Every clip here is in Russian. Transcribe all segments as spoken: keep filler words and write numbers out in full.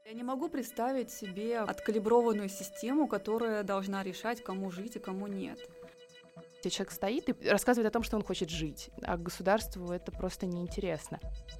Я не могу представить себе откалиброванную систему, которая должна решать, кому жить и кому нет. Если человек стоит и рассказывает о том, что он хочет жить, а государству это просто неинтересно.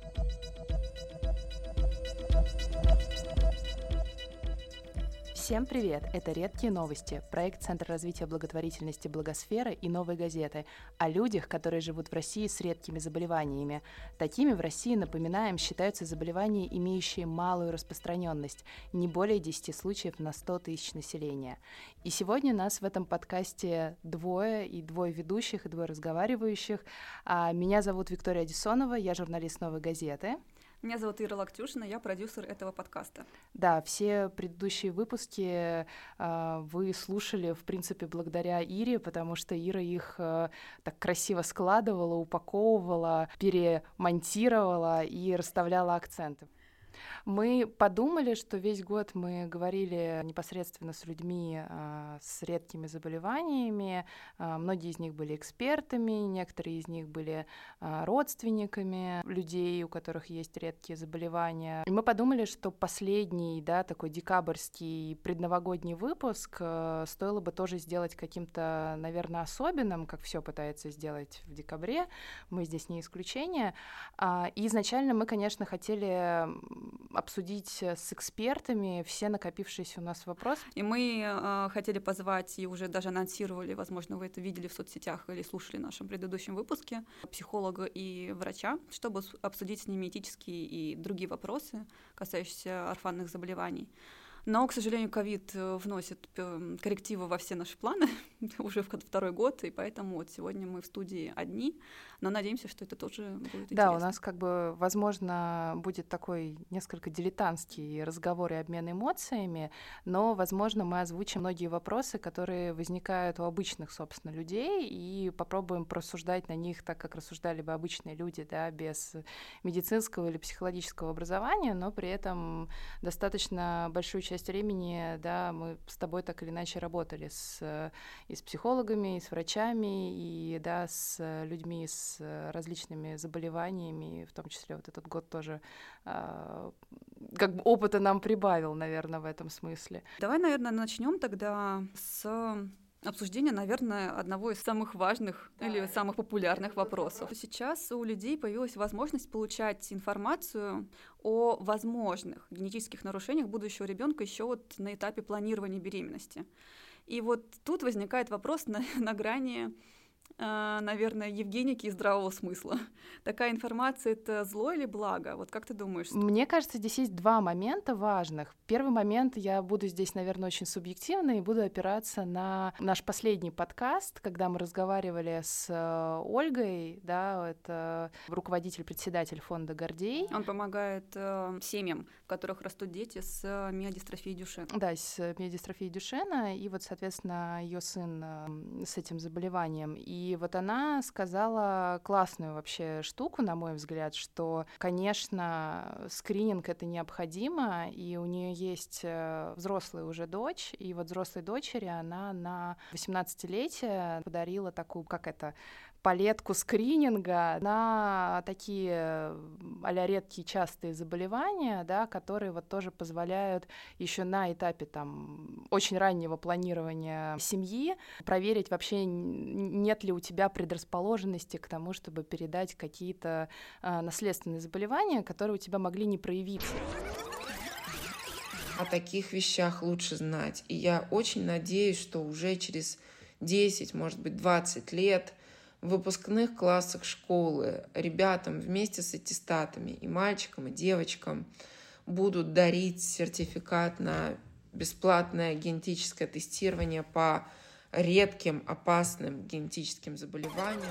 Всем привет! Это «Редкие новости», проект Центра развития благотворительности «Благосфера» и «Новой газеты» о людях, которые живут в России с редкими заболеваниями. Такими в России, напоминаем, считаются заболевания, имеющие малую распространенность, не более десяти случаев на сто тысяч населения. И сегодня нас в этом подкасте двое, и двое ведущих, и двое разговаривающих. Меня зовут Виктория Одессонова, я журналист «Новой газеты». Меня зовут Ира Локтюшина, я продюсер этого подкаста. Да, все предыдущие выпуски э, вы слушали, в принципе, благодаря Ире, потому что Ира их э, так красиво складывала, упаковывала, перемонтировала и расставляла акценты. Мы подумали, что весь год мы говорили непосредственно с людьми э, с редкими заболеваниями. Э, многие из них были экспертами, некоторые из них были э, родственниками людей, у которых есть редкие заболевания. И мы подумали, что последний, да, такой декабрьский предновогодний выпуск э, стоило бы тоже сделать каким-то, наверное, особенным, как все пытается сделать в декабре. Мы здесь не исключение. А, и изначально мы, конечно, хотели обсудить с экспертами все накопившиеся у нас вопросы. И мы э, хотели позвать, и уже даже анонсировали, возможно, вы это видели в соцсетях или слушали в нашем предыдущем выпуске, психолога и врача, чтобы обсудить с ними этические и другие вопросы, касающиеся орфанных заболеваний. Но, к сожалению, ковид вносит коррективы во все наши планы уже второй год, и поэтому вот сегодня мы в студии одни, но надеемся, что это тоже будет интересно. Да, у нас как бы, возможно, будет такой несколько дилетантский разговор и обмен эмоциями, но, возможно, мы озвучим многие вопросы, которые возникают у обычных, собственно, людей, и попробуем просуждать на них так, как рассуждали бы обычные люди, да, без медицинского или психологического образования, но при этом достаточно большую часть часть времени, да, мы с тобой так или иначе работали с, и с психологами, и с врачами, и, да, с людьми с различными заболеваниями, в том числе вот этот год тоже э, как бы опыта нам прибавил, наверное, в этом смысле. Давай, наверное, начнем тогда с обсуждение, наверное, одного из самых важных да, или самых популярных вопросов. Вопрос. Сейчас у людей появилась возможность получать информацию о возможных генетических нарушениях будущего ребенка еще вот на этапе планирования беременности. И вот тут возникает вопрос на, на грани, наверное, евгеники и здравого смысла. Такая информация — это зло или благо? Вот как ты думаешь? Мне кажется, здесь есть два момента важных. Первый момент, я буду здесь, наверное, очень субъективно и буду опираться на наш последний подкаст, когда мы разговаривали с Ольгой, да, это руководитель-председатель фонда «Гордей». Он помогает э, семьям, в которых растут дети с миодистрофией Дюшена. Да, с миодистрофией Дюшена, и вот, соответственно, ее сын э, с этим заболеванием. И И вот она сказала классную вообще штуку, на мой взгляд, что, конечно, скрининг — это необходимо, и у нее есть взрослая уже дочь, и вот взрослой дочери она на восемнадцатилетие подарила такую, как это, палетку скрининга на такие а-ля редкие частые заболевания, да, которые вот тоже позволяют еще на этапе там очень раннего планирования семьи проверить вообще, нет ли у тебя предрасположенности к тому, чтобы передать какие-то э, наследственные заболевания, которые у тебя могли не проявиться. О таких вещах лучше знать. И я очень надеюсь, что уже через десять, может быть, двадцать лет в выпускных классах школы ребятам вместе с аттестатами и мальчикам, и девочкам будут дарить сертификат на бесплатное генетическое тестирование по редким, опасным генетическим заболеваниям.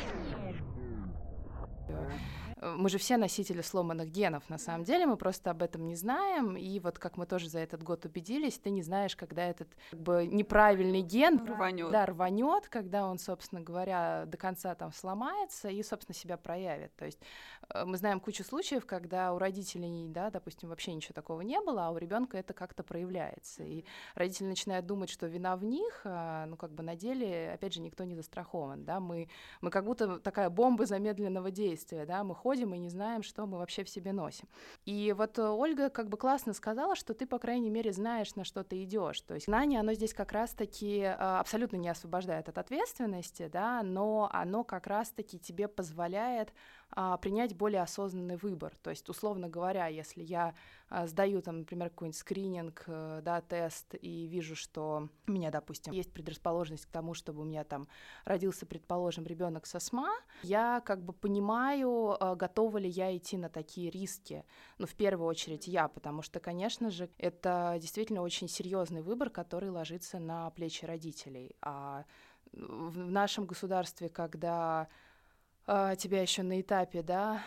Мы же все носители сломанных генов, на самом деле, мы просто об этом не знаем, и вот как мы тоже за этот год убедились, ты не знаешь, когда этот как бы неправильный ген рванет. Да, рванет, когда он, собственно говоря, до конца там сломается и, собственно, себя проявит. То есть мы знаем кучу случаев, когда у родителей, да, допустим, вообще ничего такого не было, а у ребенка это как-то проявляется, и родители начинают думать, что вина в них, а, ну как бы на деле, опять же, никто не застрахован, да, мы, мы как будто такая бомба замедленного действия, да, мы ходим ходим и не знаем, что мы вообще в себе носим. И вот Ольга как бы классно сказала, что ты, по крайней мере, знаешь, на что ты идешь. То есть знание, оно здесь как раз-таки абсолютно не освобождает от ответственности, да, но оно как раз-таки тебе позволяет а, принять более осознанный выбор. То есть, условно говоря, если я а, сдаю, там, например, какой-нибудь скрининг, а, да, тест, и вижу, что у меня, допустим, есть предрасположенность к тому, чтобы у меня там родился, предположим, ребенок с астма, я как бы понимаю, а, готова ли я идти на такие риски. Ну, в первую очередь я, потому что, конечно же, это действительно очень серьезный выбор, который ложится на плечи родителей. А в нашем государстве, когда тебя еще на этапе, да,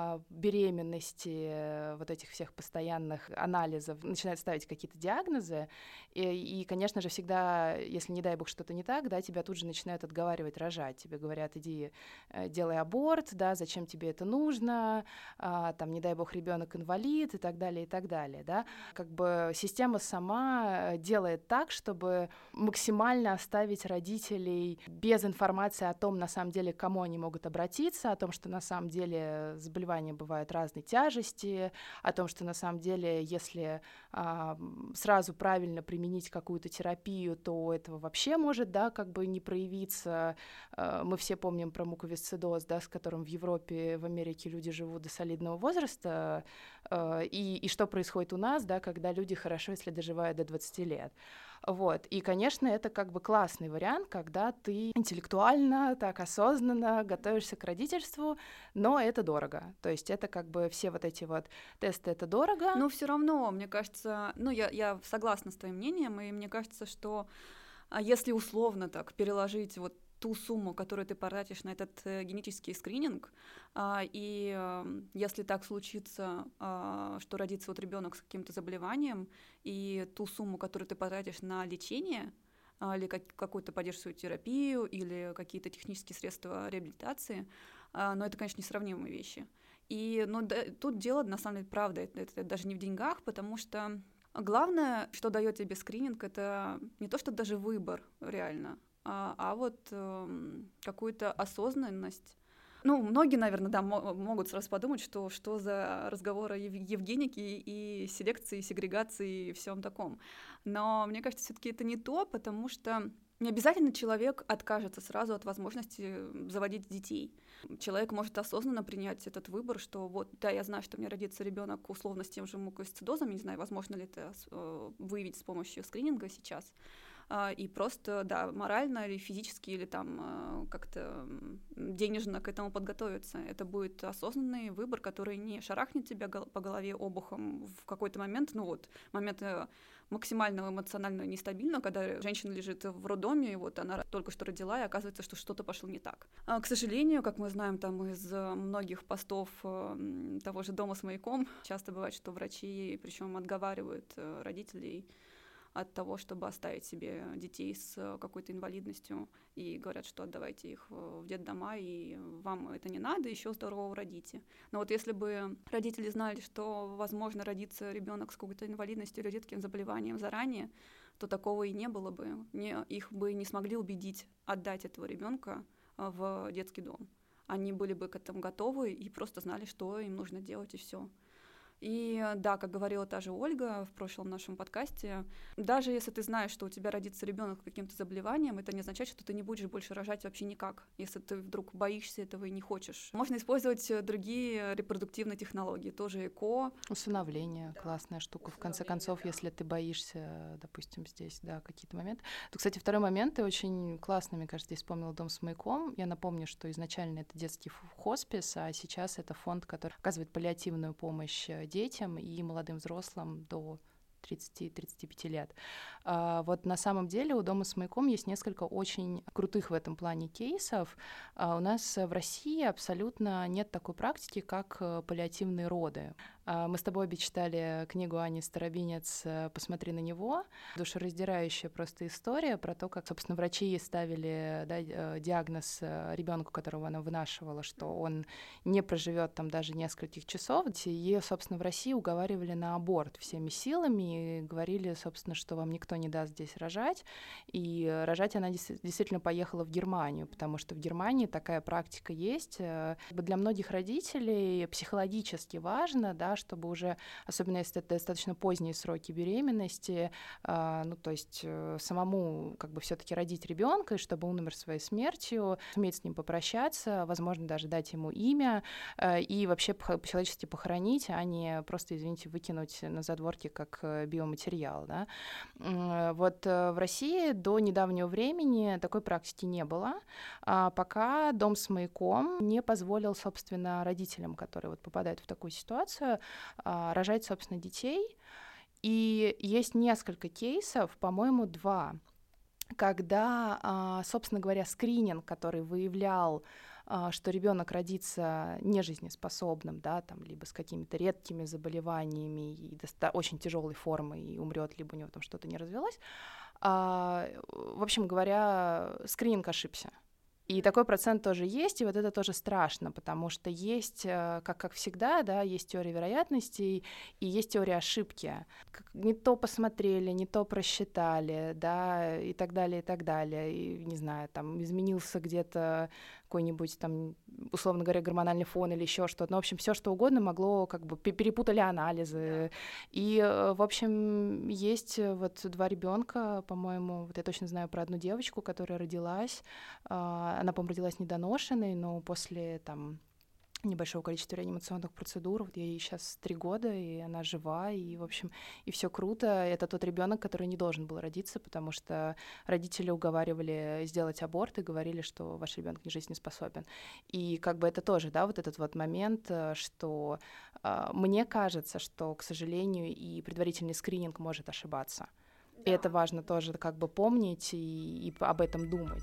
беременности, вот этих всех постоянных анализов начинают ставить какие-то диагнозы, и, и, конечно же, всегда, если, не дай бог, что-то не так, да, тебя тут же начинают отговаривать рожать. Тебе говорят, иди делай аборт, да, зачем тебе это нужно, а, там, не дай бог, ребенок инвалид и так далее, и так далее, да. Как бы система сама делает так, чтобы максимально оставить родителей без информации о том, на самом деле, к кому они могут обратиться, о том, что на самом деле заболевания бывают разной тяжести, о том, что на самом деле, если а, сразу правильно применить какую-то терапию, то этого вообще может, да, как бы не проявиться. А, мы все помним про муковисцидоз, да, с которым в Европе, в Америке люди живут до солидного возраста, а, и, и что происходит у нас, да, когда люди хорошо, если доживают до двадцати лет. Вот. И, конечно, это как бы классный вариант, когда ты интеллектуально, так осознанно готовишься к родительству, но это дорого. То есть это как бы все вот эти вот тесты, это дорого. Но все равно, мне кажется, ну, я, я согласна с твоим мнением, и мне кажется, что если условно так переложить вот ту сумму, которую ты потратишь на этот э, генетический скрининг, а, и э, если так случится, а, что родится вот ребенок с каким-то заболеванием, и ту сумму, которую ты потратишь на лечение, а, или как, какую-то поддерживающую терапию, или какие-то технические средства реабилитации, а, но это, конечно, несравнимые вещи. И ну, да, тут дело, на самом деле, правда, это, это даже не в деньгах, потому что главное, что дает тебе скрининг, это не то, что даже выбор реально, А, а вот э, какую-то осознанность. Ну, многие, наверное, да, мо- могут сразу подумать, что, что за разговор о ев- Евгенике и селекции, и сегрегации и всем таком. Но мне кажется, все-таки это не то, потому что не обязательно человек откажется сразу от возможности заводить детей. Человек может осознанно принять этот выбор, что вот, да, я знаю, что у меня родится ребенок условно с тем же муковисцидозом, не знаю, возможно ли это э, выявить с помощью скрининга сейчас. И просто, да, морально или физически, или там как-то денежно к этому подготовиться. Это будет осознанный выбор, который не шарахнет тебя по голове обухом в какой-то момент, ну вот, момент максимально эмоционально нестабильного, когда женщина лежит в роддоме, и вот она только что родила, и оказывается, что что-то пошло не так. А, к сожалению, как мы знаем там из многих постов того же «Дома с маяком», часто бывает, что врачи, причем отговаривают родителей от того, чтобы оставить себе детей с какой-то инвалидностью, и говорят, что отдавайте их в детдома, и вам это не надо, еще здорово родите. Но вот если бы родители знали, что возможно родится ребенок с какой-то инвалидностью или редким заболеванием заранее, то такого и не было бы. Не, их бы не смогли убедить отдать этого ребенка в детский дом. Они были бы к этому готовы и просто знали, что им нужно делать, и все. И да, как говорила та же Ольга в прошлом нашем подкасте, даже если ты знаешь, что у тебя родится ребенок с каким-то заболеванием, это не означает, что ты не будешь больше рожать вообще никак, если ты вдруг боишься этого и не хочешь. Можно использовать другие репродуктивные технологии, тоже ЭКО. Усыновление, да. Классная штука. В конце концов, да. Если ты боишься, допустим, здесь, да, какие-то моменты. То, кстати, второй момент, ты очень классно, мне кажется, здесь вспомнила «Дом с маяком». Я напомню, что изначально это детский хоспис, а сейчас это фонд, который оказывает паллиативную помощь детям и молодым взрослым до тридцати-тридцати пяти лет. А, вот на самом деле у «Дома с маяком» есть несколько очень крутых в этом плане кейсов. А, у нас в России абсолютно нет такой практики, как паллиативные роды. Мы с тобой обе читали книгу Ани Старобинец «Посмотри на него». Душераздирающая просто история про то, как, собственно, врачи ставили, да, диагноз ребенку, которого она вынашивала, что он не проживет там даже нескольких часов. Ее, собственно, в России уговаривали на аборт всеми силами и говорили, собственно, что вам никто не даст здесь рожать. И рожать она действительно поехала в Германию, потому что в Германии такая практика есть. Для многих родителей психологически важно, да, чтобы уже, особенно если это достаточно поздние сроки беременности, э, ну, то есть э, самому как бы все-таки родить ребенка, и чтобы он умер своей смертью, суметь с ним попрощаться, возможно, даже дать ему имя, э, и вообще по-человечески похоронить, а не просто, извините, выкинуть на задворки как биоматериал, да. Э, вот э, в России до недавнего времени такой практики не было, э, пока Дом с маяком не позволил, собственно, родителям, которые вот попадают в такую ситуацию, рожать, собственно, детей. И есть несколько кейсов, по-моему, два, когда, собственно говоря, скрининг, который выявлял, что ребенок родится нежизнеспособным, да, там, либо с какими-то редкими заболеваниями и доста- очень тяжелой формой и умрет, либо у него там что-то не развелось. В общем говоря, скрининг ошибся. И такой процент тоже есть, и вот это тоже страшно, потому что есть, как, как всегда, да, есть теория вероятностей и есть теория ошибки. Не то посмотрели, не то просчитали, да, и так далее, и так далее. И, не знаю, там изменился где-то какой-нибудь там, условно говоря, гормональный фон или еще что-то. Ну, в общем, все что угодно могло, как бы перепутали анализы. И, в общем, есть вот два ребенка, по-моему, вот я точно знаю про одну девочку, которая родилась. Она, по-моему, родилась недоношенной, но после там небольшого количества реанимационных процедур. Вот ей сейчас три года, и она жива, и, в общем, и все круто. Это тот ребенок, который не должен был родиться, потому что родители уговаривали сделать аборт и говорили, что ваш ребенок не жизнеспособен. И как бы это тоже, да, вот этот вот момент, что э, мне кажется, что, к сожалению, и предварительный скрининг может ошибаться. Да. И это важно тоже как бы помнить и, и об этом думать.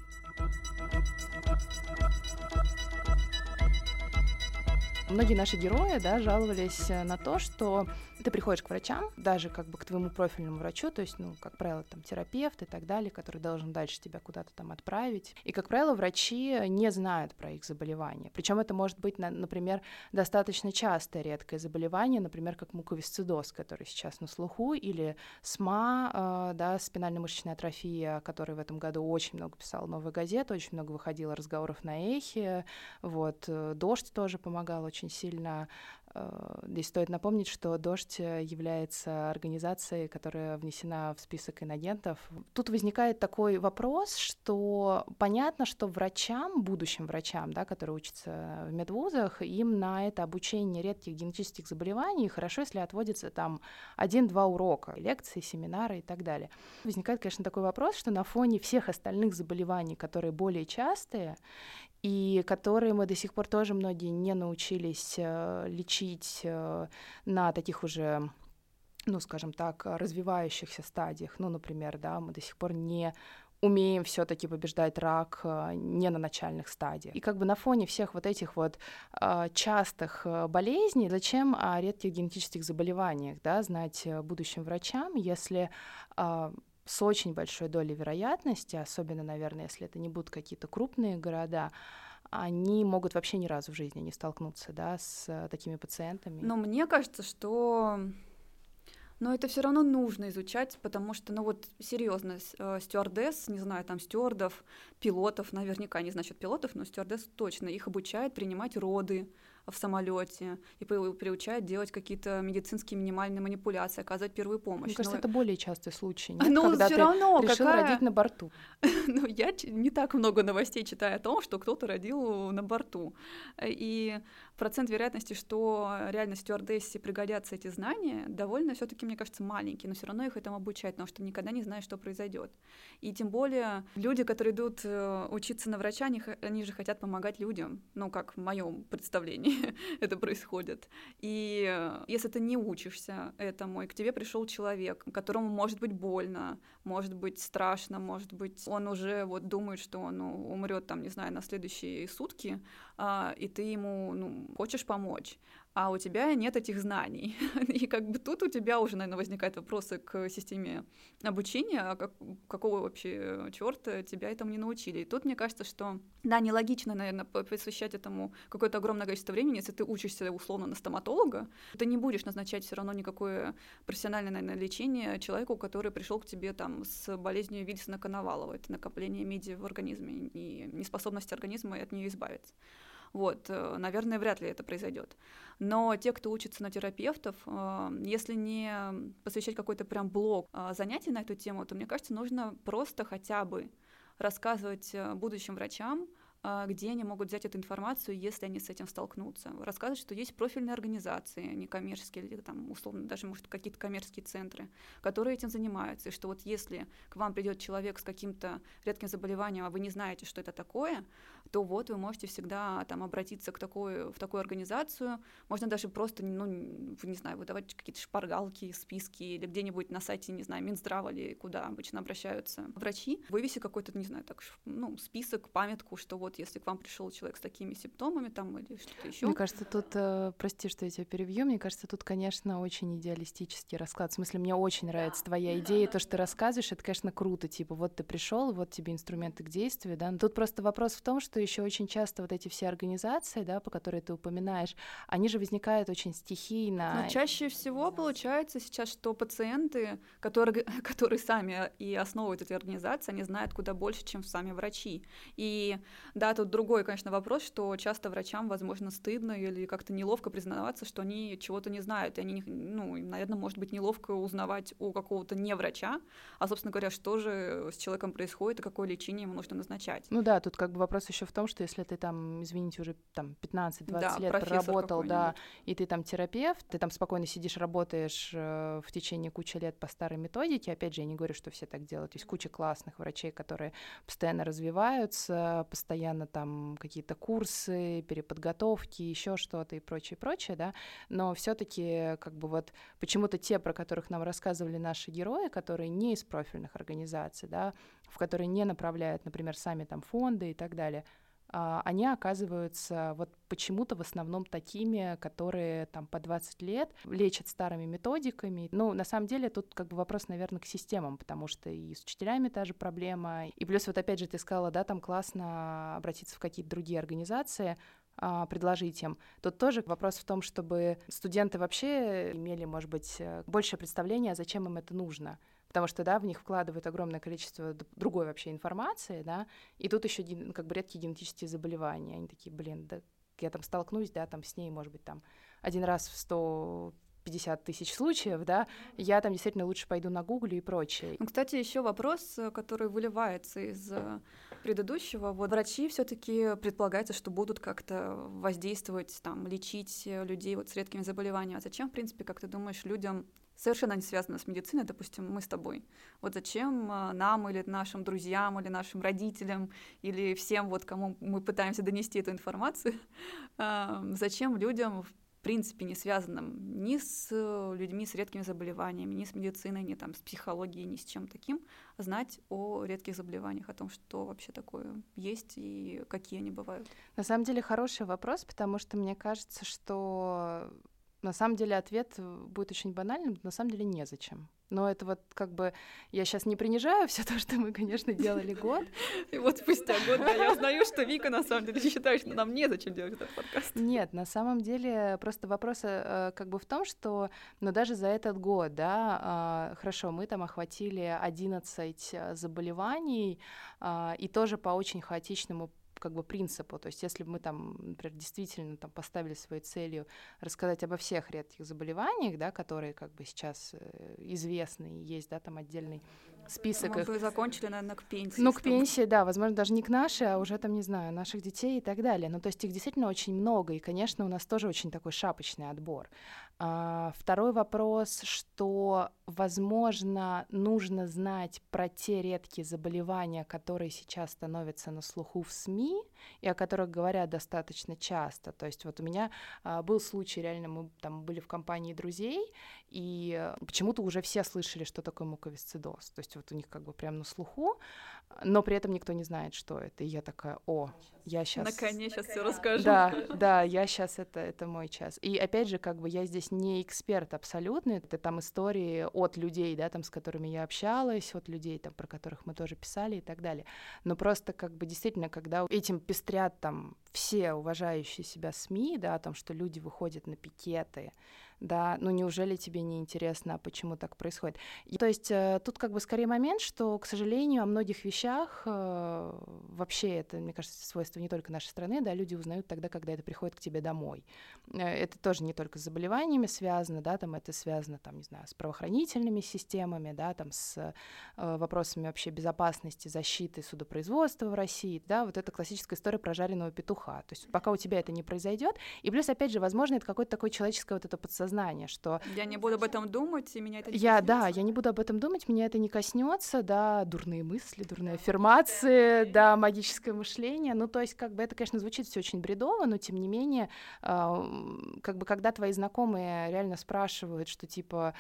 Многие наши герои, да, жаловались на то, что ты приходишь к врачам, даже как бы к твоему профильному врачу, то есть, ну, как правило, там терапевт и так далее, который должен дальше тебя куда-то там отправить. И, как правило, врачи не знают про их заболевания. Причем это может быть, например, достаточно частое редкое заболевание, например, как муковисцидоз, который сейчас на слуху, или СМА, да, спинально-мышечная атрофия, о которой в этом году очень много писала «Новая газета», очень много выходило разговоров на Эхе, вот, «Дождь» тоже помогал очень сильно. Здесь стоит напомнить, что «Дождь» является организацией, которая внесена в список инагентов. Тут возникает такой вопрос, что понятно, что врачам, будущим врачам, да, которые учатся в медвузах, им на это обучение редких генетических заболеваний хорошо, если отводится там один-два урока, лекции, семинары и так далее. Возникает, конечно, такой вопрос, что на фоне всех остальных заболеваний, которые более частые, и которые мы до сих пор тоже многие не научились э, лечить э, на таких уже, ну, скажем так, развивающихся стадиях. Ну, например, да, мы до сих пор не умеем все-таки побеждать рак э, не на начальных стадиях. И как бы на фоне всех вот этих вот э, частых болезней, зачем о редких генетических заболеваниях, да, знать будущим врачам, если э, с очень большой долей вероятности, особенно, наверное, если это не будут какие-то крупные города, они могут вообще ни разу в жизни не столкнуться, да, с такими пациентами. Но мне кажется, что но это все равно нужно изучать, потому что, ну вот, серьезно, стюардесс, не знаю, там, стюардов, пилотов, наверняка не значит пилотов, но стюардесс точно, их обучают принимать роды в самолете и приучают делать какие-то медицинские минимальные манипуляции, оказывать первую помощь. Мне кажется, но... это более частый случай, нет? Ну, когда ты равно, решил какая... родить на борту. Ну, я не так много новостей читаю о том, что кто-то родил на борту. И процент вероятности, что реально стюардессе пригодятся эти знания, довольно все-таки, мне кажется, маленький, но все равно их этому обучать, потому что никогда не знаешь, что произойдет. И тем более люди, которые идут учиться на врача, они, они же хотят помогать людям, ну, как в моем представлении это происходит. И если ты не учишься этому, и к тебе пришел человек, которому может быть больно, может быть страшно, может быть, он уже вот думает, что он ну, умрет там, не знаю, на следующие сутки, а, и ты ему ну, хочешь помочь, а у тебя нет этих знаний. И как бы тут у тебя уже, наверное, возникают вопросы к системе обучения, а как, какого вообще черта тебя этому не научили. И тут мне кажется, что, да, нелогично, наверное, посвящать этому какое-то огромное количество времени. Если ты учишься условно на стоматолога, ты не будешь назначать все равно никакое профессиональное, наверное, лечение человеку, который пришел к тебе там с болезнью Вильсона-Коновалова. Это накопление меди в организме и неспособность организма от нее избавиться. Вот, наверное, вряд ли это произойдет. Но те, кто учится на терапевтов, если не посвящать какой-то прям блок занятий на эту тему, то, мне кажется, нужно просто хотя бы рассказывать будущим врачам, где они могут взять эту информацию, если они с этим столкнутся. Рассказывать, что есть профильные организации, некоммерческие, или там, условно, даже, может, какие-то коммерческие центры, которые этим занимаются, и что вот если к вам придет человек с каким-то редким заболеванием, а вы не знаете, что это такое, то вот вы можете всегда там обратиться к такой, в такую организацию, можно даже просто, ну, не знаю, выдавать какие-то шпаргалки, списки, или где-нибудь на сайте, не знаю, Минздрава, или куда обычно обращаются врачи, вывести какой-то, не знаю, так, ну, список, памятку, что вот если к вам пришел человек с такими симптомами там или что-то еще. Мне кажется, тут, э, прости, что я тебя перебью, мне кажется, тут, конечно, очень идеалистический расклад. В смысле, мне очень нравится да. твоя идея, то, что ты рассказываешь, это, конечно, круто, типа, вот ты пришел, вот тебе инструменты к действию, да. Но тут просто вопрос в том, что еще очень часто вот эти все организации, да, по которым ты упоминаешь, они же возникают очень стихийно. Но чаще всего получается сейчас, что пациенты, которые, которые сами и основывают эти организации, они знают куда больше, чем сами врачи. И да, тут другой, конечно, вопрос, что часто врачам, возможно, стыдно или как-то неловко признаваться, что они чего-то не знают, и они, ну, им, наверное, может быть неловко узнавать у какого-то не врача, а, собственно говоря, что же с человеком происходит и какое лечение ему нужно назначать. Ну да, тут как бы вопрос еще в том, что если ты там, извините, уже там пятнадцать-двадцать да, лет проработал, да, и ты там терапевт, ты там спокойно сидишь, работаешь э, в течение кучи лет по старой методике, опять же, я не говорю, что все так делают, есть куча классных врачей, которые постоянно развиваются, постоянно там какие-то курсы, переподготовки, еще что-то и прочее, прочее, да, но все-таки как бы вот почему-то те, про которых нам рассказывали наши герои, которые не из профильных организаций, да, в которые не направляют, например, сами там фонды и так далее, они оказываются вот почему-то в основном такими, которые там по двадцать лет лечат старыми методиками. Ну, на самом деле, тут как бы вопрос, наверное, к системам, потому что и с учителями та же проблема. И плюс вот опять же ты сказала, да, там классно обратиться в какие-то другие организации, предложить им. Тут тоже вопрос в том, чтобы студенты вообще имели, может быть, большее представление, зачем им это нужно. Потому что, да, в них вкладывают огромное количество другой вообще информации, да, и тут еще как бы редкие генетические заболевания. Они такие, блин, да, я там столкнусь, да, там с ней, может быть, там один раз в сто пятьдесят тысяч случаев, да, я там действительно лучше пойду на Google и прочее. Ну, кстати, еще вопрос, который выливается из предыдущего. Вот врачи все-таки предполагается, что будут как-то воздействовать, там, лечить людей вот с редкими заболеваниями. А зачем, в принципе, как ты думаешь, людям совершенно не связано с медициной, допустим, мы с тобой. Вот зачем нам или нашим друзьям, или нашим родителям, или всем, вот, кому мы пытаемся донести эту информацию, зачем людям, в принципе, не связанным ни с людьми с редкими заболеваниями, ни с медициной, ни там, с психологией, ни с чем таким, знать о редких заболеваниях, о том, что вообще такое есть и какие они бывают? На самом деле хороший вопрос, потому что мне кажется, что на самом деле ответ будет очень банальным, на самом деле незачем. Но это вот как бы... Я сейчас не принижаю все то, что мы, конечно, делали год. И вот спустя год, да, я узнаю, что Вика на самом деле считает, что нам незачем делать этот подкаст. Нет, на самом деле просто вопрос как бы в том, что, ну, даже за этот год, да, хорошо, мы там охватили одиннадцать заболеваний, и тоже по очень хаотичному как бы принципу. То есть если бы мы там, например, действительно там поставили своей целью рассказать обо всех редких заболеваниях, да, которые как бы сейчас известны, и есть, да, там отдельный список. Мы их. бы закончили, наверное, к пенсии. Ну, к пенсии, да, возможно, даже не к нашей, а уже там, не знаю, наших детей и так далее. Ну, то есть их действительно очень много, и, конечно, у нас тоже очень такой шапочный отбор. А, второй вопрос, что, возможно, нужно знать про те редкие заболевания, которые сейчас становятся на слуху в СМИ, и о которых говорят достаточно часто. То есть вот у меня а, был случай, реально, мы там были в компании друзей, и почему-то уже все слышали, что такое муковисцидоз. То есть вот у них как бы прям на слуху. но при этом никто не знает, что это. И я такая, о, я сейчас... Наконец, сейчас все расскажу. Да, да, я сейчас, это, это мой час. И опять же, как бы я здесь не эксперт абсолютно, это там истории от людей, да, там, с которыми я общалась, от людей, там, про которых мы тоже писали и так далее. Но просто как бы действительно, когда этим пестрят там все уважающие себя СМИ, да, о том, что люди выходят на пикеты, да, ну неужели тебе не интересно, почему так происходит? И, то есть э, тут как бы скорее момент, что, к сожалению, о многих вещах э, вообще это, мне кажется, свойство не только нашей страны, да, люди узнают тогда, когда это приходит к тебе домой. Э, это тоже не только с заболеваниями связано, да, там это связано, там, не знаю, с правоохранительными системами, да, там с э, вопросами вообще безопасности, защиты, судопроизводства в России, да, вот это классическая история про жареного петуха. То есть пока у тебя это не произойдет, и плюс, опять же, возможно, это какое-то такое человеческое вот это подсознание, что... Я не буду об этом думать, и меня это не я, коснется. Да, я не буду об этом думать, меня это не коснется, да, дурные мысли, дурные аффирмации, да, магическое мышление, ну, то есть, как бы, это, конечно, звучит все очень бредово, но, тем не менее, э, как бы, когда твои знакомые реально спрашивают, что, типа,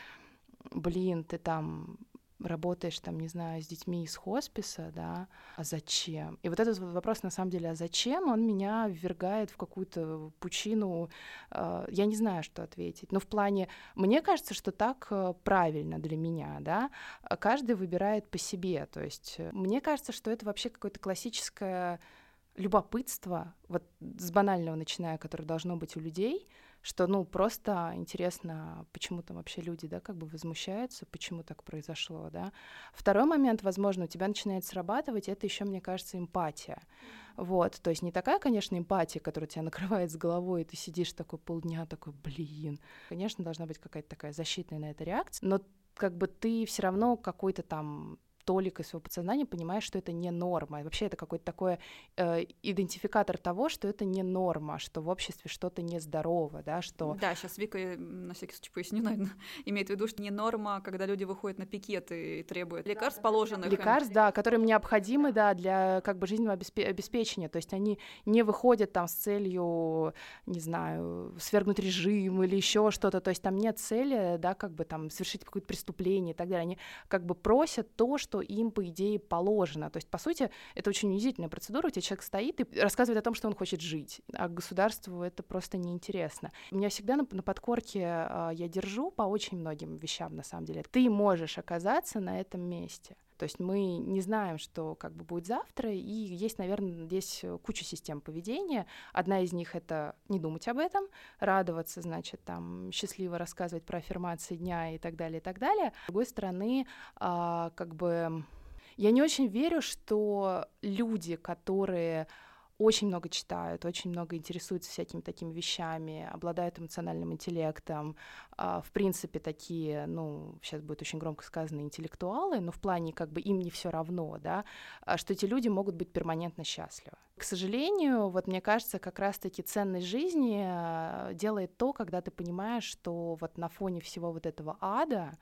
блин, ты там... работаешь там, не знаю, с детьми из хосписа, да, а зачем? И вот этот вопрос, на самом деле, а зачем, он меня ввергает в какую-то пучину, э, я не знаю, что ответить. Но в плане, мне кажется, что так э, правильно для меня, да, каждый выбирает по себе, то есть э, мне кажется, что это вообще какое-то классическое любопытство, вот с банального начиная, которое должно быть у людей, что, ну, просто интересно, почему там вообще люди, да, как бы возмущаются, почему так произошло, да. Второй момент, возможно, у тебя начинает срабатывать, это еще, мне кажется, эмпатия. Вот, то есть не такая, конечно, эмпатия, которая тебя накрывает с головой, и ты сидишь такой полдня, такой, блин. Конечно, должна быть какая-то такая защитная на это реакция, но как бы ты все равно какой-то там толикой своего подсознания понимаешь, что это не норма. И вообще это какой-то такой э, идентификатор того, что это не норма, что в обществе что-то нездорово, да, что... Да, сейчас Вика, на всякий случай поясню, наверное, имеет в виду, что не норма, когда люди выходят на пикеты и требуют лекарств положенных. Лекарств, да, которые им необходимы, да, для как бы жизненного обеспечения. То есть они не выходят там с целью, не знаю, свергнуть режим или еще что-то. То есть там нет цели, да, как бы там совершить какое-то преступление и так далее. Они как бы просят то, что им, по идее, положено. То есть, по сути, это очень унизительная процедура. У тебя человек стоит и рассказывает о том, что он хочет жить, а государству это просто неинтересно. У меня всегда на, на подкорке э, я держу по очень многим вещам, на самом деле. Ты можешь оказаться на этом месте. То есть мы не знаем, что как бы будет завтра, и есть, наверное, здесь куча систем поведения. Одна из них — это не думать об этом, радоваться, значит, там, счастливо рассказывать про аффирмации дня и так далее, и так далее. С другой стороны, а, как бы я не очень верю, что люди, которые очень много читают, очень много интересуются всякими такими вещами, обладают эмоциональным интеллектом, а, в принципе, такие, ну, сейчас будет очень громко сказано, интеллектуалы, но в плане как бы им не все равно, да, что эти люди могут быть перманентно счастливы. К сожалению, вот мне кажется, как раз-таки ценность жизни делает то, когда ты понимаешь, что вот на фоне всего вот этого ада,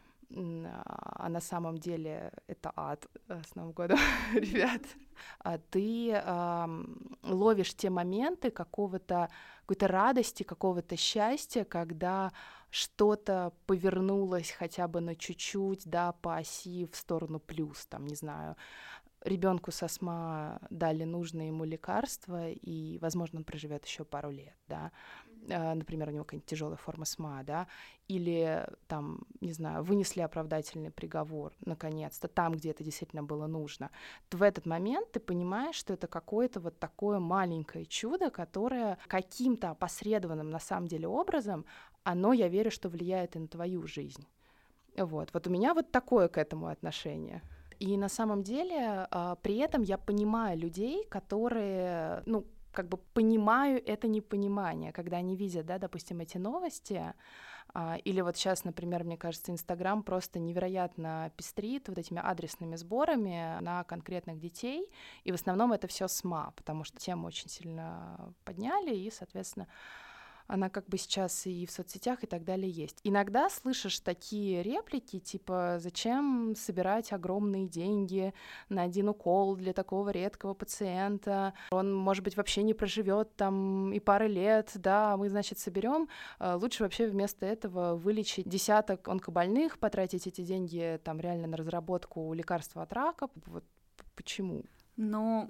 а на самом деле это ад с Новым годом, ребят. Ты э, ловишь те моменты какого-то, какой-то радости, какого-то счастья, когда что-то повернулось хотя бы на чуть-чуть, да, по оси в сторону плюс, там, не знаю, ребенку с астма дали нужное ему лекарство, и, возможно, он проживет еще пару лет, да. Например, у него какая-нибудь тяжелая форма СМА, да, или там, не знаю, вынесли оправдательный приговор, наконец-то, там, где это действительно было нужно. В этот момент ты понимаешь, что это какое-то вот такое маленькое чудо, которое каким-то опосредованным, на самом деле, образом, оно, я верю, что влияет и на твою жизнь. Вот, вот у меня вот такое к этому отношение. И на самом деле при этом я понимаю людей, которые, ну, как бы понимаю это непонимание, когда они видят, да, допустим, эти новости, а, или вот сейчас, например, мне кажется, Инстаграм просто невероятно пестрит вот этими адресными сборами на конкретных детей, и в основном это все СМА, потому что тему очень сильно подняли, и, соответственно, она как бы сейчас и в соцсетях и так далее есть. Иногда слышишь такие реплики, типа, зачем собирать огромные деньги на один укол для такого редкого пациента? Он, может быть, вообще не проживет там и пары лет, да, мы, значит, соберем. Лучше вообще вместо этого вылечить десяток онкобольных, потратить эти деньги там реально на разработку лекарства от рака, вот, Почему? Ну,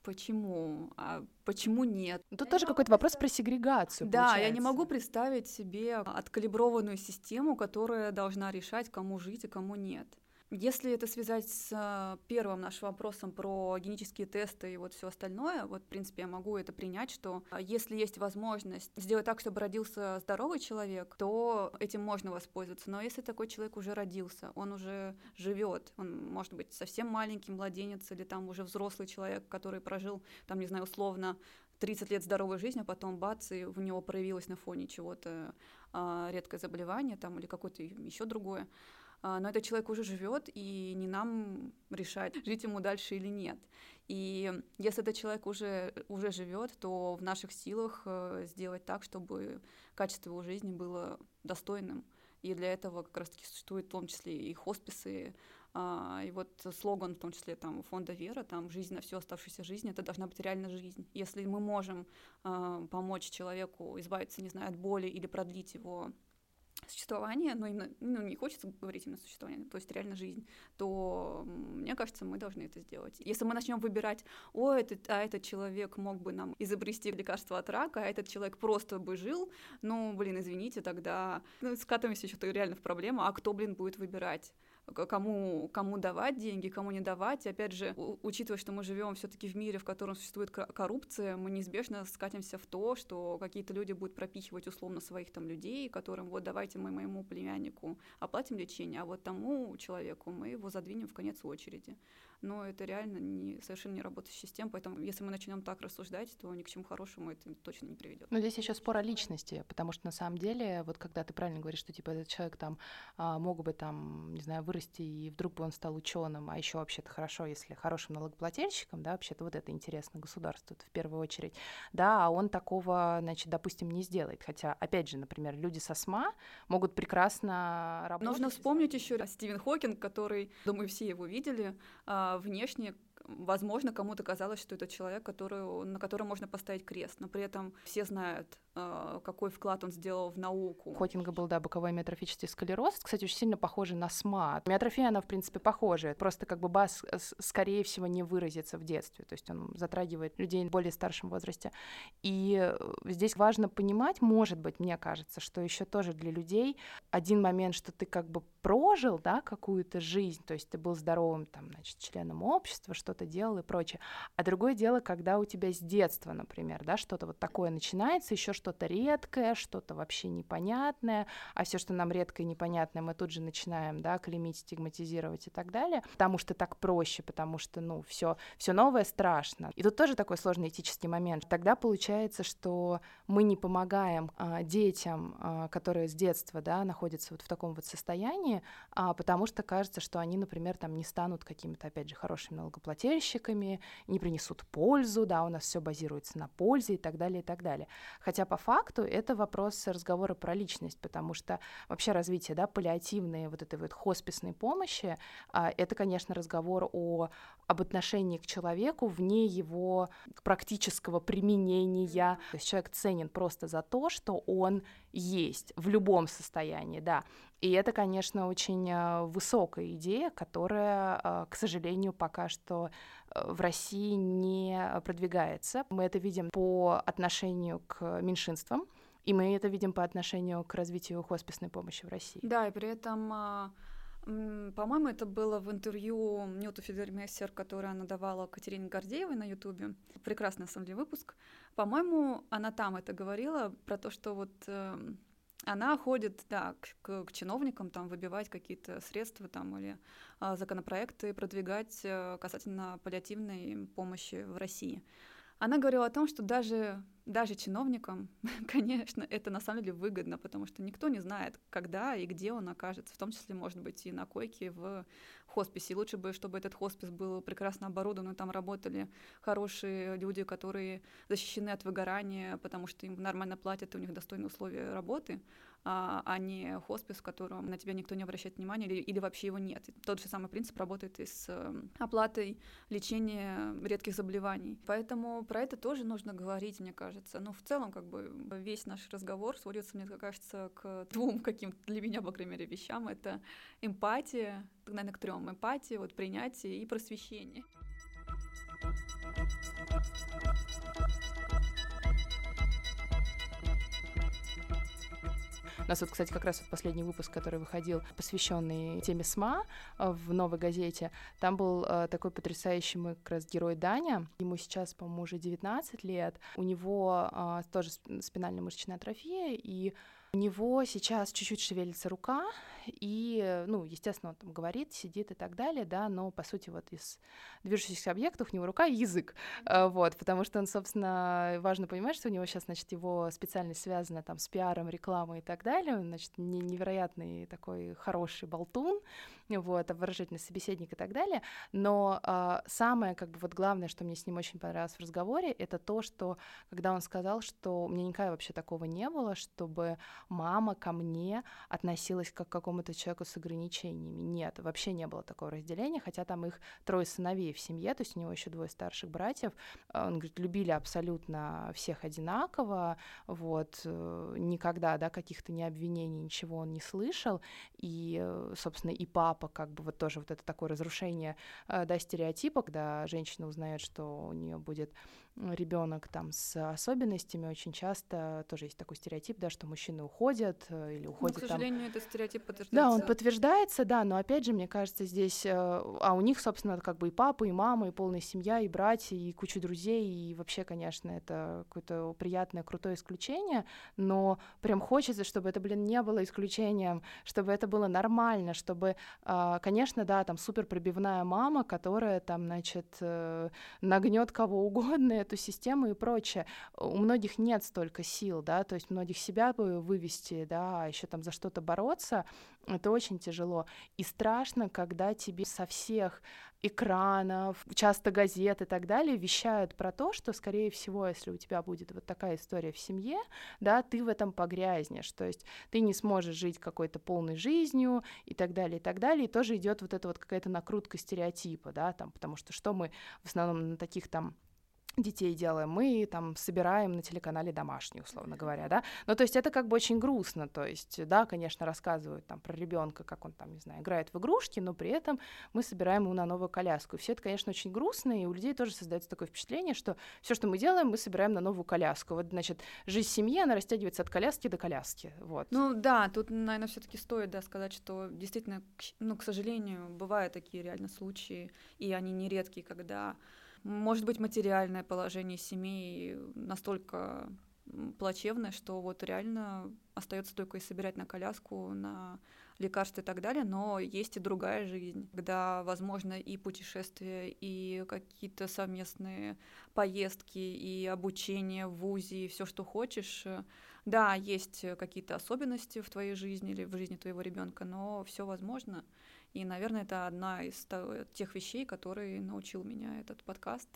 почему? А почему нет? Тут тоже какой-то вопрос про сегрегацию. Да, получается. я не могу представить себе откалиброванную систему, которая должна решать, кому жить и кому нет. Если это связать с первым нашим вопросом про генетические тесты и вот все остальное, вот, в принципе, я могу это принять, что если есть возможность сделать так, чтобы родился здоровый человек, то этим можно воспользоваться. Но если такой человек уже родился, он уже живет, он может быть совсем маленький младенец или там уже взрослый человек, который прожил, там, не знаю, условно, тридцать лет здоровой жизни, а потом бац, и у него проявилось на фоне чего-то а, редкое заболевание там, или какое-то еще другое. Но этот человек уже живет, и не нам решать, жить ему дальше или нет. И если этот человек уже, уже живет, то в наших силах сделать так, чтобы качество его жизни было достойным. И для этого как раз-таки существуют в том числе и хосписы, и вот слоган, в том числе там, фонда «Вера», там «Жизнь на всю оставшуюся жизнь» — это должна быть реально жизнь. Если мы можем помочь человеку избавиться, не знаю, от боли или продлить его существование, но именно, ну, не хочется говорить именно существование, то есть реально жизнь, то, мне кажется, мы должны это сделать. Если мы начнем выбирать, о, этот, а этот человек мог бы нам изобрести лекарство от рака, а этот человек просто бы жил, ну, блин, извините, тогда ну, скатываемся еще реально в проблему, а кто, блин, будет выбирать? Кому, кому давать деньги, кому не давать. И опять же, у, учитывая, что мы живем все-таки в мире, в котором существует коррупция, мы неизбежно скатимся в то, что какие-то люди будут пропихивать условно своих там людей, которым вот давайте мы моему племяннику оплатим лечение, а вот тому человеку мы его задвинем в конец очереди. Но это реально не, совершенно не работающая система, поэтому если мы начнем так рассуждать, то ни к чему хорошему это точно не приведет. Но здесь еще спор о личности, потому что на самом деле, вот когда ты правильно говоришь, что типа этот человек там а, мог бы там, не знаю, вырасти, и вдруг бы он стал ученым, а еще вообще-то хорошо, если хорошим налогоплательщиком, да, вообще-то вот это интересно государству в первую очередь, да, а он такого, значит, допустим, не сделает. Хотя, опять же, например, люди со СМА могут прекрасно работать. Нужно вспомнить еще Стивен Хокинг, который, думаю, все его видели, внешне, возможно, кому-то казалось, что это человек, который, на котором можно поставить крест, но при этом все знают, какой вклад он сделал в науку. У Хокинга был, да, боковой миотрофический склероз, кстати, очень сильно похожий на СМА. Миотрофия, она, в принципе, похожая, просто как бы БАС, скорее всего, не выразится в детстве, то есть он затрагивает людей в более старшем возрасте. И здесь важно понимать, может быть, мне кажется, что еще тоже для людей один момент, что ты как бы прожил, да, какую-то жизнь, то есть ты был здоровым, там, значит, членом общества, что-то делал и прочее. А другое дело, когда у тебя с детства, например, да, что-то вот такое начинается, еще что-то редкое, что-то вообще непонятное, а все, что нам редкое и непонятное, мы тут же начинаем, да, клеймить, стигматизировать и так далее, потому что так проще, потому что, ну, все, все новое страшно. И тут тоже такой сложный этический момент. Тогда получается, что мы не помогаем а, детям, а, которые с детства, да, находятся вот в таком вот состоянии, а, потому что кажется, что они, например, там не станут какими-то, опять же, хорошими налогоплательщиками, не принесут пользу, да, у нас все базируется на пользе и так далее, и так далее. Хотя по факту это вопрос разговора про личность, потому что вообще развитие, да, паллиативной вот этой вот хосписной помощи, а, это, конечно, разговор о, об отношении к человеку вне его практического применения. То есть человек ценен просто за то, что он есть в любом состоянии, да. И это, конечно, очень высокая идея, которая, к сожалению, пока что в России не продвигается. Мы это видим по отношению к меньшинствам, и мы это видим по отношению к развитию хосписной помощи в России. Да, и при этом, по-моему, это было в интервью Нюты Фидельмессер, которое она давала Катерине Гордеевой на Ютубе. Прекрасный, на самом деле, выпуск. По-моему, она там это говорила, про то, что вот она ходит, да, к, к чиновникам, там, выбивать какие-то средства там, или а, законопроекты продвигать а, касательно паллиативной помощи в России. Она говорила о том, что даже, даже чиновникам, конечно, это на самом деле выгодно, потому что никто не знает, когда и где он окажется, в том числе, может быть, и на койке в хосписе. И лучше бы, чтобы этот хоспис был прекрасно оборудован, и там работали хорошие люди, которые защищены от выгорания, потому что им нормально платят, и у них достойные условия работы, а, а не хоспис, в котором на тебя никто не обращает внимания или, или вообще его нет. И тот же самый принцип работает и с оплатой лечения редких заболеваний. Поэтому про это тоже нужно говорить, мне кажется. Но в целом, как бы, весь наш разговор сводится, мне кажется, к двум каким-то, для меня, по крайней мере, вещам. Это эмпатия, наверное, к трем. Эмпатия, вот, принятие и просвещение. У нас вот, кстати, как раз вот последний выпуск, который выходил, посвященный теме СМА в «Новой газете», там был э, такой потрясающий мой как раз герой Даня. Ему сейчас, по-моему, уже девятнадцать лет. У него э, тоже спинальная мышечная атрофия, и у него сейчас чуть-чуть шевелится рука, и, ну, естественно, он там говорит, сидит и так далее, да, но, по сути, вот из движущихся объектов у него рука и язык, mm-hmm. вот, потому что он, собственно, важно понимать, что у него сейчас, значит, его специальность связана там с пиаром, рекламой и так далее, он, значит, невероятный такой хороший болтун, вот, обворожительный собеседник и так далее, но а, самое, как бы, вот главное, что мне с ним очень понравилось в разговоре, это то, что, когда он сказал, что у меня никогда вообще такого не было, чтобы мама ко мне относилась как к какому-то человеку с ограничениями. Нет, вообще не было такого разделения, хотя там их трое сыновей в семье, то есть у него еще двое старших братьев. Он говорит, любили абсолютно всех одинаково, вот, никогда, да, каких-то ни обвинений, ничего он не слышал, и, собственно, и папа, как бы, вот тоже вот это такое разрушение, да, стереотипа, когда женщина узнает, что у нее будет ребенок там с особенностями, очень часто тоже есть такой стереотип, да, что мужчины уходят или уходят там. Ну, к сожалению, там... этот стереотип подтверждается. Да, он подтверждается, да, но опять же, мне кажется, здесь, а у них, собственно, как бы и папа, и мама, и полная семья, и братья, и куча друзей, и вообще, конечно, это какое-то приятное, крутое исключение, но прям хочется, чтобы это, блин, не было исключением, чтобы это было нормально, чтобы, конечно, да, там супер пробивная мама, которая там, значит, нагнет кого угодно, эту систему и прочее. У многих нет столько сил, да, то есть многих себя бы вывести, да, а еще там за что-то бороться, это очень тяжело. И страшно, когда тебе со всех экранов, часто газет и так далее вещают про то, что, скорее всего, если у тебя будет вот такая история в семье, да, ты в этом погрязнешь, то есть ты не сможешь жить какой-то полной жизнью и так далее, и так далее, и тоже идет вот эта вот какая-то накрутка стереотипа, да, там, потому что что мы в основном на таких там детей делаем, мы там собираем на телеканале «Домашний», условно говоря, да, ну, то есть это как бы очень грустно, то есть, да, конечно, рассказывают там про ребенка, как он там, не знаю, играет в игрушки, но при этом мы собираем ему на новую коляску, и все это, конечно, очень грустно, и у людей тоже создается такое впечатление, что все, что мы делаем, мы собираем на новую коляску, вот, значит, жизнь семьи, она растягивается от коляски до коляски, вот. Ну, да, тут, наверное, все-таки стоит, да, сказать, что действительно, ну, к сожалению, бывают такие реально случаи, и они нередки, когда может быть, материальное положение семей настолько плачевное, что вот реально остается только и собирать на коляску, на лекарства и так далее, но есть и другая жизнь, когда возможно и путешествия, и какие-то совместные поездки, и обучение в вузе, и все, что хочешь. Да, есть какие-то особенности в твоей жизни или в жизни твоего ребенка, но все возможно. И, наверное, это одна из тех вещей, которые научил меня этот подкаст,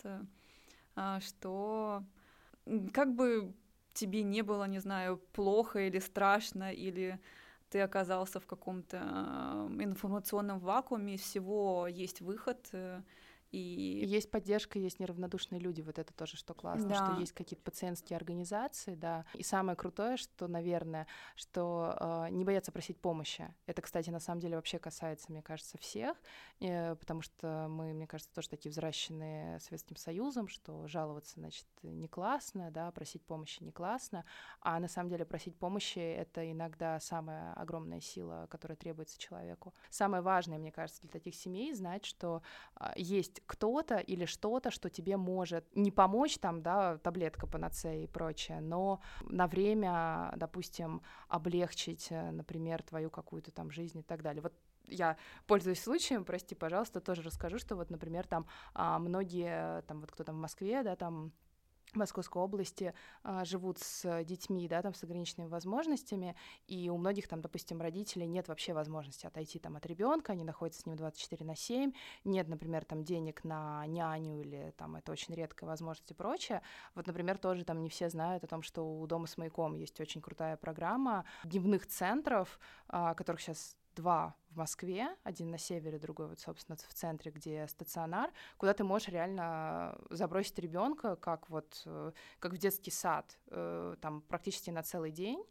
что как бы тебе не было, не знаю, плохо или страшно, или ты оказался в каком-то информационном вакууме, из всего есть выход. И... Есть поддержка, есть неравнодушные люди, вот это тоже что классно, да. Что есть какие-то пациентские организации, да. И самое крутое, что, наверное, что э, не бояться просить помощи. Это, кстати, на самом деле вообще касается, мне кажется, всех, э, потому что мы, мне кажется, тоже такие взращенные Советским Союзом, что жаловаться, значит, не классно, да, просить помощи не классно, а на самом деле просить помощи — это иногда самая огромная сила, которая требуется человеку. Самое важное, мне кажется, для таких семей знать, что э, есть кто-то или что-то, что тебе может не помочь, там, да, таблетка панацея и прочее, но на время, допустим, облегчить, например, твою какую-то там жизнь и так далее. Вот я, пользуясь случаем, прости, пожалуйста, тоже расскажу, что вот, например, там многие, там вот кто там в Москве, да, там в Московской области а, живут с детьми, да, там, с ограниченными возможностями, и у многих там, допустим, родителей нет вообще возможности отойти там от ребенка, они находятся с ним двадцать четыре на семь, нет, например, там денег на няню или там это очень редкая возможность и прочее. Вот, например, тоже там не все знают о том, что у Дома с маяком есть очень крутая программа дневных центров, а, которых сейчас два в Москве, один на севере, другой вот, собственно, в центре, где стационар, куда ты можешь реально забросить ребенка, как вот, как в детский сад, там практически на целый день.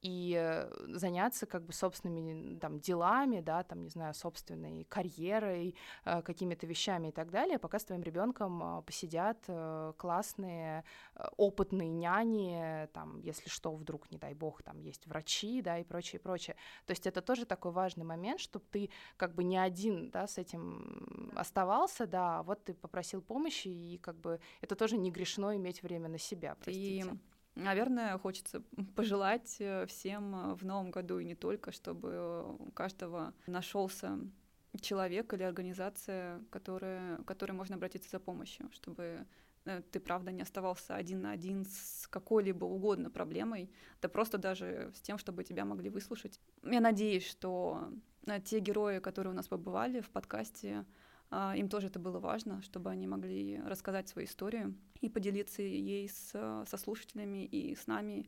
и заняться как бы собственными там делами, да, там, не знаю, собственной карьерой, какими-то вещами и так далее, пока с твоим ребенком посидят классные, опытные няни, там, если что, вдруг, не дай бог, там есть врачи, да, и прочее, прочее. То есть это тоже такой важный момент, чтобы ты как бы не один, да, с этим оставался, да, вот ты попросил помощи, и как бы это тоже не грешно иметь время на себя, простите. И, наверное, хочется пожелать всем в новом году, и не только, чтобы у каждого нашелся человек или организация, которая, к которой можно обратиться за помощью, чтобы ты, правда, не оставался один на один с какой-либо угодно проблемой, да просто даже с тем, чтобы тебя могли выслушать. Я надеюсь, что те герои, которые у нас побывали в подкасте, им тоже это было важно, чтобы они могли рассказать свою историю и поделиться ей с, со слушателями и с нами.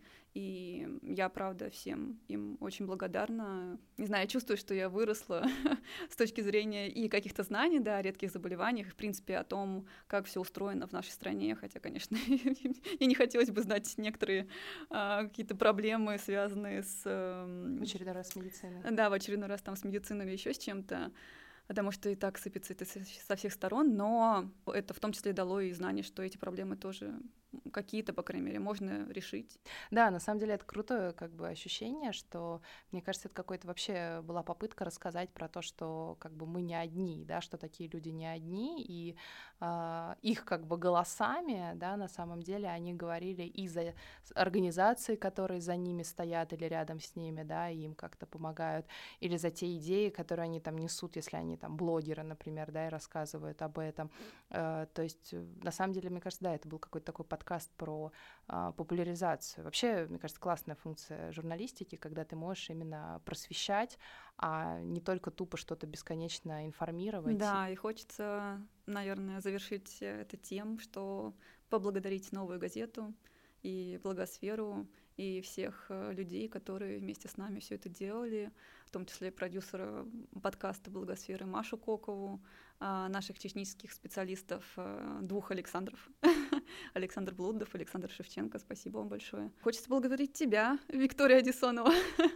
И я, правда, всем им очень благодарна. Не знаю, я чувствую, что я выросла с точки зрения и каких-то знаний, да, о редких заболеваниях, в принципе, о том, как все устроено в нашей стране. Хотя, конечно, и не хотелось бы знать некоторые а, какие-то проблемы, связанные с... В очередной раз с медициной. Да, в очередной раз там с медициной или еще с чем-то. Потому что и так сыпется это со всех сторон, но это в том числе дало и знание, что эти проблемы тоже какие-то, по крайней мере, можно решить. Да, на самом деле это крутое как бы ощущение, что, мне кажется, это какой-то вообще была попытка рассказать про то, что как бы мы не одни, да, что такие люди не одни, и э, их как бы голосами, да, на самом деле они говорили и за организации, которые за ними стоят или рядом с ними, да, и им как-то помогают, или за те идеи, которые они там несут, если они там блогеры, например, да, и рассказывают об этом. Э, то есть, на самом деле, мне кажется, да, это был какой-то такой подкаст про а, популяризацию. Вообще, мне кажется, классная функция журналистики, когда ты можешь именно просвещать, а не только тупо что-то бесконечно информировать. Да, и хочется, наверное, завершить это тем, что поблагодарить «Новую газету» и «Благосферу», и всех людей, которые вместе с нами все это делали, в том числе продюсера подкаста «Благосферы» Машу Кокову, наших технических специалистов, двух Александров, Александр Блудов, Александр Шевченко, спасибо вам большое. Хочется благодарить тебя, Виктория Одисонова,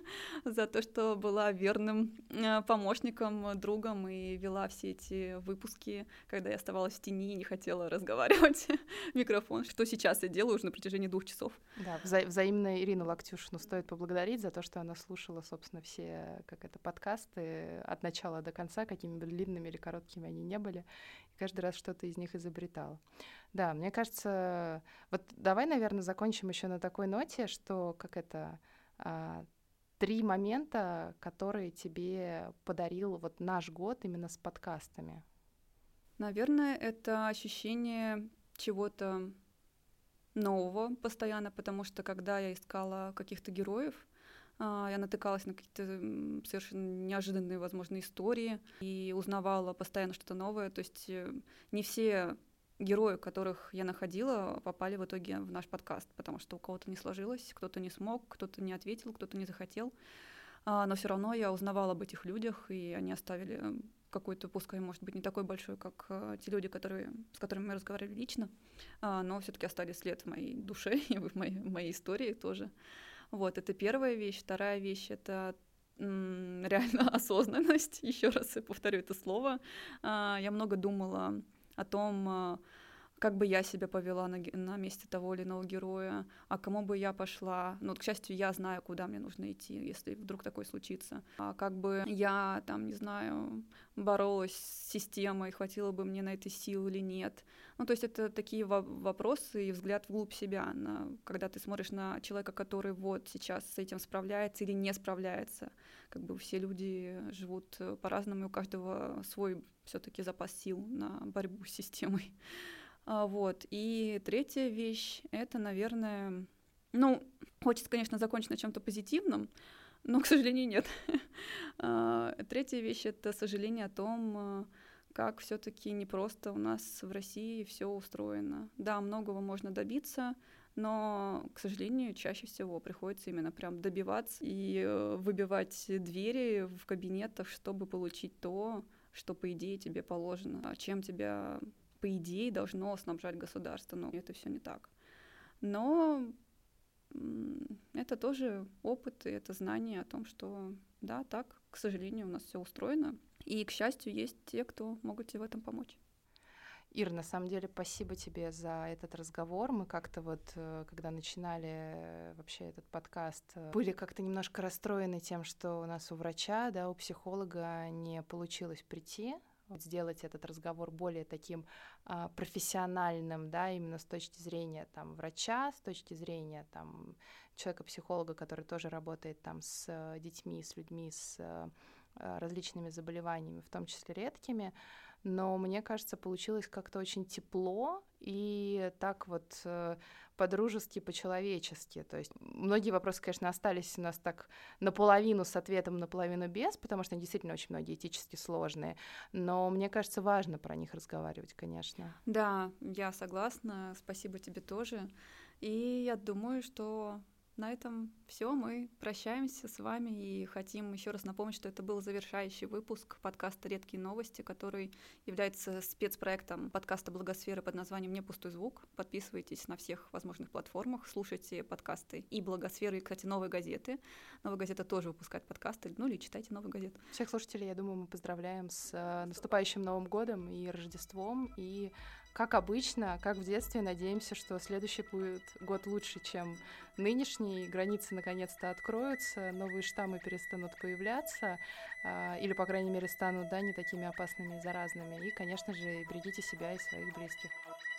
за то, что была верным помощником, другом и вела все эти выпуски, когда я оставалась в тени и не хотела разговаривать в микрофон, что сейчас я делаю уже на протяжении двух часов. Да, вза- взаимно Ирину Локтюшину стоит поблагодарить за то, что она слушала, собственно, все как это, подкасты от начала до конца, какими бы длинными или короткими они не были, и каждый раз что-то из них изобретала. Да, мне кажется, вот давай, наверное, закончим еще на такой ноте, что как это а, три момента, которые тебе подарил вот наш год именно с подкастами. Наверное, это ощущение чего-то нового постоянно, потому что когда я искала каких-то героев, я натыкалась на какие-то совершенно неожиданные, возможно, истории и узнавала постоянно что-то новое. То есть не все герои, которых я находила, попали в итоге в наш подкаст, потому что у кого-то не сложилось, кто-то не смог, кто-то не ответил, кто-то не захотел. Но все равно я узнавала об этих людях, и они оставили какой-то, пускай, может быть, не такой большой, как те люди, которые, с которыми мы разговаривали лично, но все-таки оставили след в моей душе и в моей, в моей истории тоже. Вот, это первая вещь. Вторая вещь — это м, реально осознанность. Еще раз я повторю это слово. А, я много думала о том, а, как бы я себя повела на, на месте того или иного героя, а кому бы я пошла. Ну, к счастью, я знаю, куда мне нужно идти, если вдруг такое случится. А как бы я, там, не знаю, боролась с системой, хватило бы мне на это сил или нет. Ну, то есть это такие во- вопросы и взгляд вглубь себя, на, когда ты смотришь на человека, который вот сейчас с этим справляется или не справляется. Как бы все люди живут по-разному, и у каждого свой все-таки запас сил на борьбу с системой. Вот. И третья вещь — это, наверное, ну, хочется, конечно, закончить на чем-то позитивном, но, к сожалению, нет. Третья вещь — это сожаление о том, как все-таки непросто у нас в России все устроено. Да, многого можно добиться, но, к сожалению, чаще всего приходится именно прям добиваться и выбивать двери в кабинетах, чтобы получить то, что, по идее, тебе положено, чем тебя, по идее, должно снабжать государство. Но это все не так. Но это тоже опыт, и это знание о том, что да, так, к сожалению, у нас все устроено. И, к счастью, есть те, кто могут тебе в этом помочь. Ир, на самом деле, спасибо тебе за этот разговор. Мы как-то вот, когда начинали вообще этот подкаст, были как-то немножко расстроены тем, что у нас у врача, да, у психолога не получилось прийти, вот сделать этот разговор более таким а, профессиональным, да, именно с точки зрения там врача, с точки зрения там человека-психолога, который тоже работает там с детьми, с людьми с а, различными заболеваниями, в том числе редкими. Но мне кажется, получилось как-то очень тепло и так вот э, по-дружески, по-человечески. То есть многие вопросы, конечно, остались у нас так наполовину с ответом, наполовину без, потому что они действительно очень многие этически сложные. Но мне кажется, важно про них разговаривать, конечно. Да, я согласна. Спасибо тебе тоже. И я думаю, что на этом все. Мы прощаемся с вами и хотим еще раз напомнить, что это был завершающий выпуск подкаста «Редкие новости», который является спецпроектом подкаста «Благосферы» под названием «Не пустой звук». Подписывайтесь на всех возможных платформах, слушайте подкасты и «Благосферы», и, кстати, «Новой газеты». «Новая газета» тоже выпускает подкасты, ну или читайте «Новую газету». Всех слушателей, я думаю, мы поздравляем с наступающим Новым годом и Рождеством. И, как обычно, как в детстве, надеемся, что следующий будет год лучше, чем нынешний. Границы наконец-то откроются, новые штаммы перестанут появляться, или, по крайней мере, станут, да, не такими опасными и заразными. И, конечно же, берегите себя и своих близких.